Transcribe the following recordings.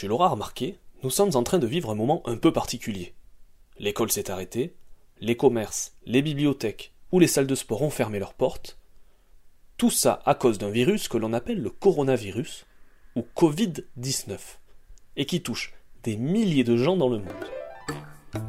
Tu l'auras remarqué, nous sommes en train de vivre un moment un peu particulier. L'école s'est arrêtée, les commerces, les bibliothèques ou les salles de sport ont fermé leurs portes. Tout ça à cause d'un virus que l'on appelle le coronavirus, ou Covid-19, et qui touche des milliers de gens dans le monde.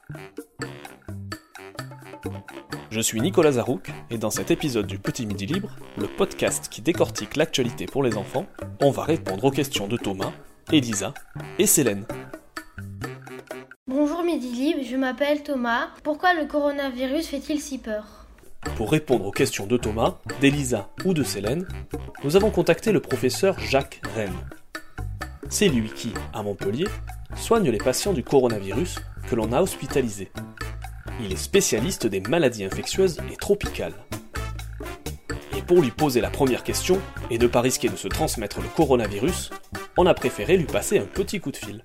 Je suis Nicolas Zarouk, et dans cet épisode du Petit Midi Libre, le podcast qui décortique l'actualité pour les enfants, on va répondre aux questions de Thomas, Elisa et Célène. Bonjour Midi Libre, je m'appelle Thomas. Pourquoi le coronavirus fait-il si peur ? Pour répondre aux questions de Thomas, d'Elisa ou de Célène, nous avons contacté le professeur Jacques Rennes. C'est lui qui, à Montpellier, soigne les patients du coronavirus que l'on a hospitalisés. Il est spécialiste des maladies infectieuses et tropicales. Et pour lui poser la première question, et ne pas risquer de se transmettre le coronavirus, on a préféré lui passer un petit coup de fil.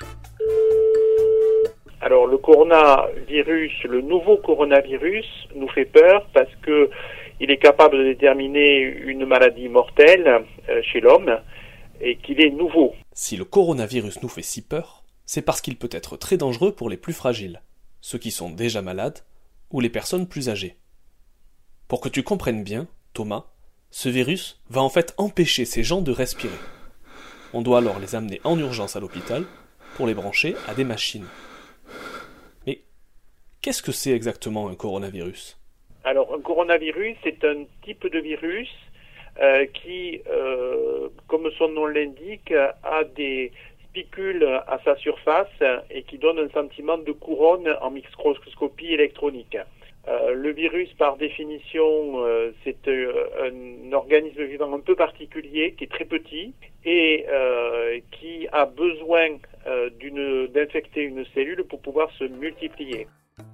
Alors le coronavirus, le nouveau coronavirus nous fait peur parce que il est capable de déterminer une maladie mortelle chez l'homme et qu'il est nouveau. Si le coronavirus nous fait si peur, c'est parce qu'il peut être très dangereux pour les plus fragiles, ceux qui sont déjà malades ou les personnes plus âgées. Pour que tu comprennes bien, Thomas, ce virus va en fait empêcher ces gens de respirer. On doit alors les amener en urgence à l'hôpital pour les brancher à des machines. Mais qu'est-ce que c'est exactement un coronavirus ? Alors un coronavirus, c'est un type de virus qui, comme son nom l'indique, a des spicules à sa surface et qui donne un sentiment de couronne en microscopie électronique. Le virus, par définition, c'est un organisme vivant un peu particulier, qui est très petit et qui a besoin d'infecter une cellule pour pouvoir se multiplier.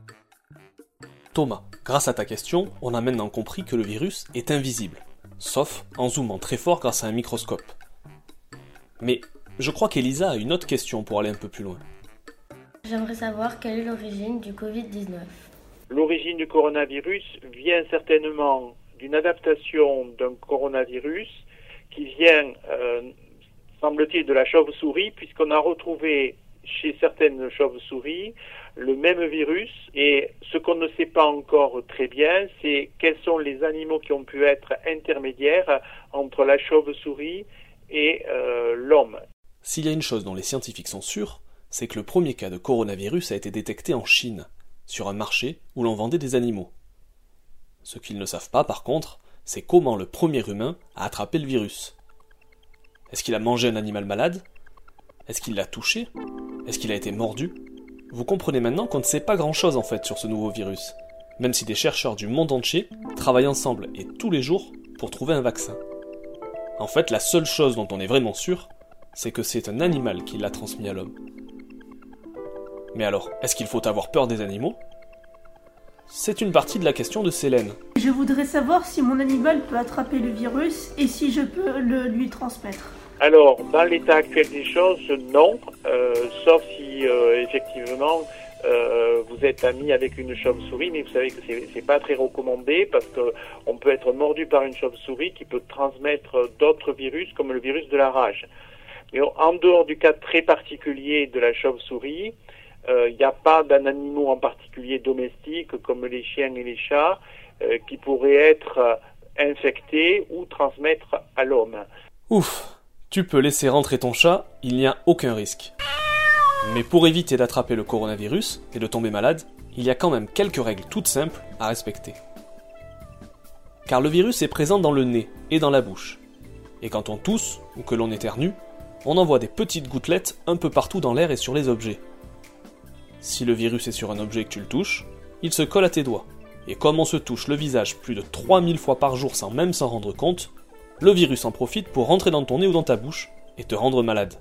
Thomas, grâce à ta question, on a maintenant compris que le virus est invisible, sauf en zoomant très fort grâce à un microscope. Mais je crois qu'Elisa a une autre question pour aller un peu plus loin. J'aimerais savoir quelle est l'origine du Covid-19. L'origine du coronavirus vient certainement d'une adaptation d'un coronavirus qui vient, semble-t-il, de la chauve-souris, puisqu'on a retrouvé chez certaines chauves-souris le même virus. Et ce qu'on ne sait pas encore très bien, c'est quels sont les animaux qui ont pu être intermédiaires entre la chauve-souris et l'homme. S'il y a une chose dont les scientifiques sont sûrs, c'est que le premier cas de coronavirus a été détecté en Chine, sur un marché où l'on vendait des animaux. Ce qu'ils ne savent pas, par contre, c'est comment le premier humain a attrapé le virus. Est-ce qu'il a mangé un animal malade ? Est-ce qu'il l'a touché ? Est-ce qu'il a été mordu ? Vous comprenez maintenant qu'on ne sait pas grand-chose en fait sur ce nouveau virus, même si des chercheurs du monde entier travaillent ensemble et tous les jours pour trouver un vaccin. En fait, la seule chose dont on est vraiment sûr, c'est que c'est un animal qui l'a transmis à l'homme. Mais alors, est-ce qu'il faut avoir peur des animaux ? C'est une partie de la question de Célène. Je voudrais savoir si mon animal peut attraper le virus et si je peux le lui transmettre. Alors, dans l'état actuel des choses, non, sauf si effectivement vous êtes ami avec une chauve-souris, mais vous savez que c'est pas très recommandé parce que on peut être mordu par une chauve-souris qui peut transmettre d'autres virus comme le virus de la rage. Mais en dehors du cas très particulier de la chauve-souris, il n'y a pas d'un animal en particulier domestique comme les chiens et les chats qui pourraient être infectés ou transmettre à l'homme. Ouf, tu peux laisser rentrer ton chat, il n'y a aucun risque. Mais pour éviter d'attraper le coronavirus et de tomber malade, il y a quand même quelques règles toutes simples à respecter. Car le virus est présent dans le nez et dans la bouche. Et quand on tousse ou que l'on éternue, on envoie des petites gouttelettes un peu partout dans l'air et sur les objets. Si le virus est sur un objet et que tu le touches, il se colle à tes doigts. Et comme on se touche le visage plus de 3000 fois par jour sans même s'en rendre compte, le virus en profite pour rentrer dans ton nez ou dans ta bouche et te rendre malade.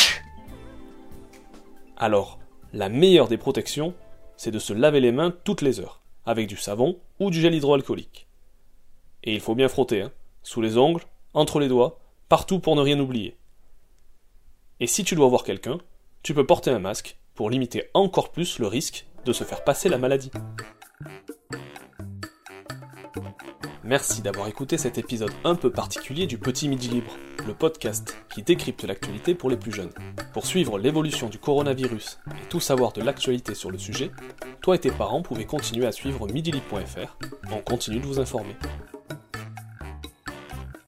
Alors, la meilleure des protections, c'est de se laver les mains toutes les heures, avec du savon ou du gel hydroalcoolique. Et il faut bien frotter, sous les ongles, entre les doigts, partout pour ne rien oublier. Et si tu dois voir quelqu'un, tu peux porter un masque pour limiter encore plus le risque de se faire passer la maladie. Merci d'avoir écouté cet épisode un peu particulier du Petit Midi Libre, le podcast qui décrypte l'actualité pour les plus jeunes. Pour suivre l'évolution du coronavirus et tout savoir de l'actualité sur le sujet, toi et tes parents pouvez continuer à suivre midilibre.fr, on continue de vous informer.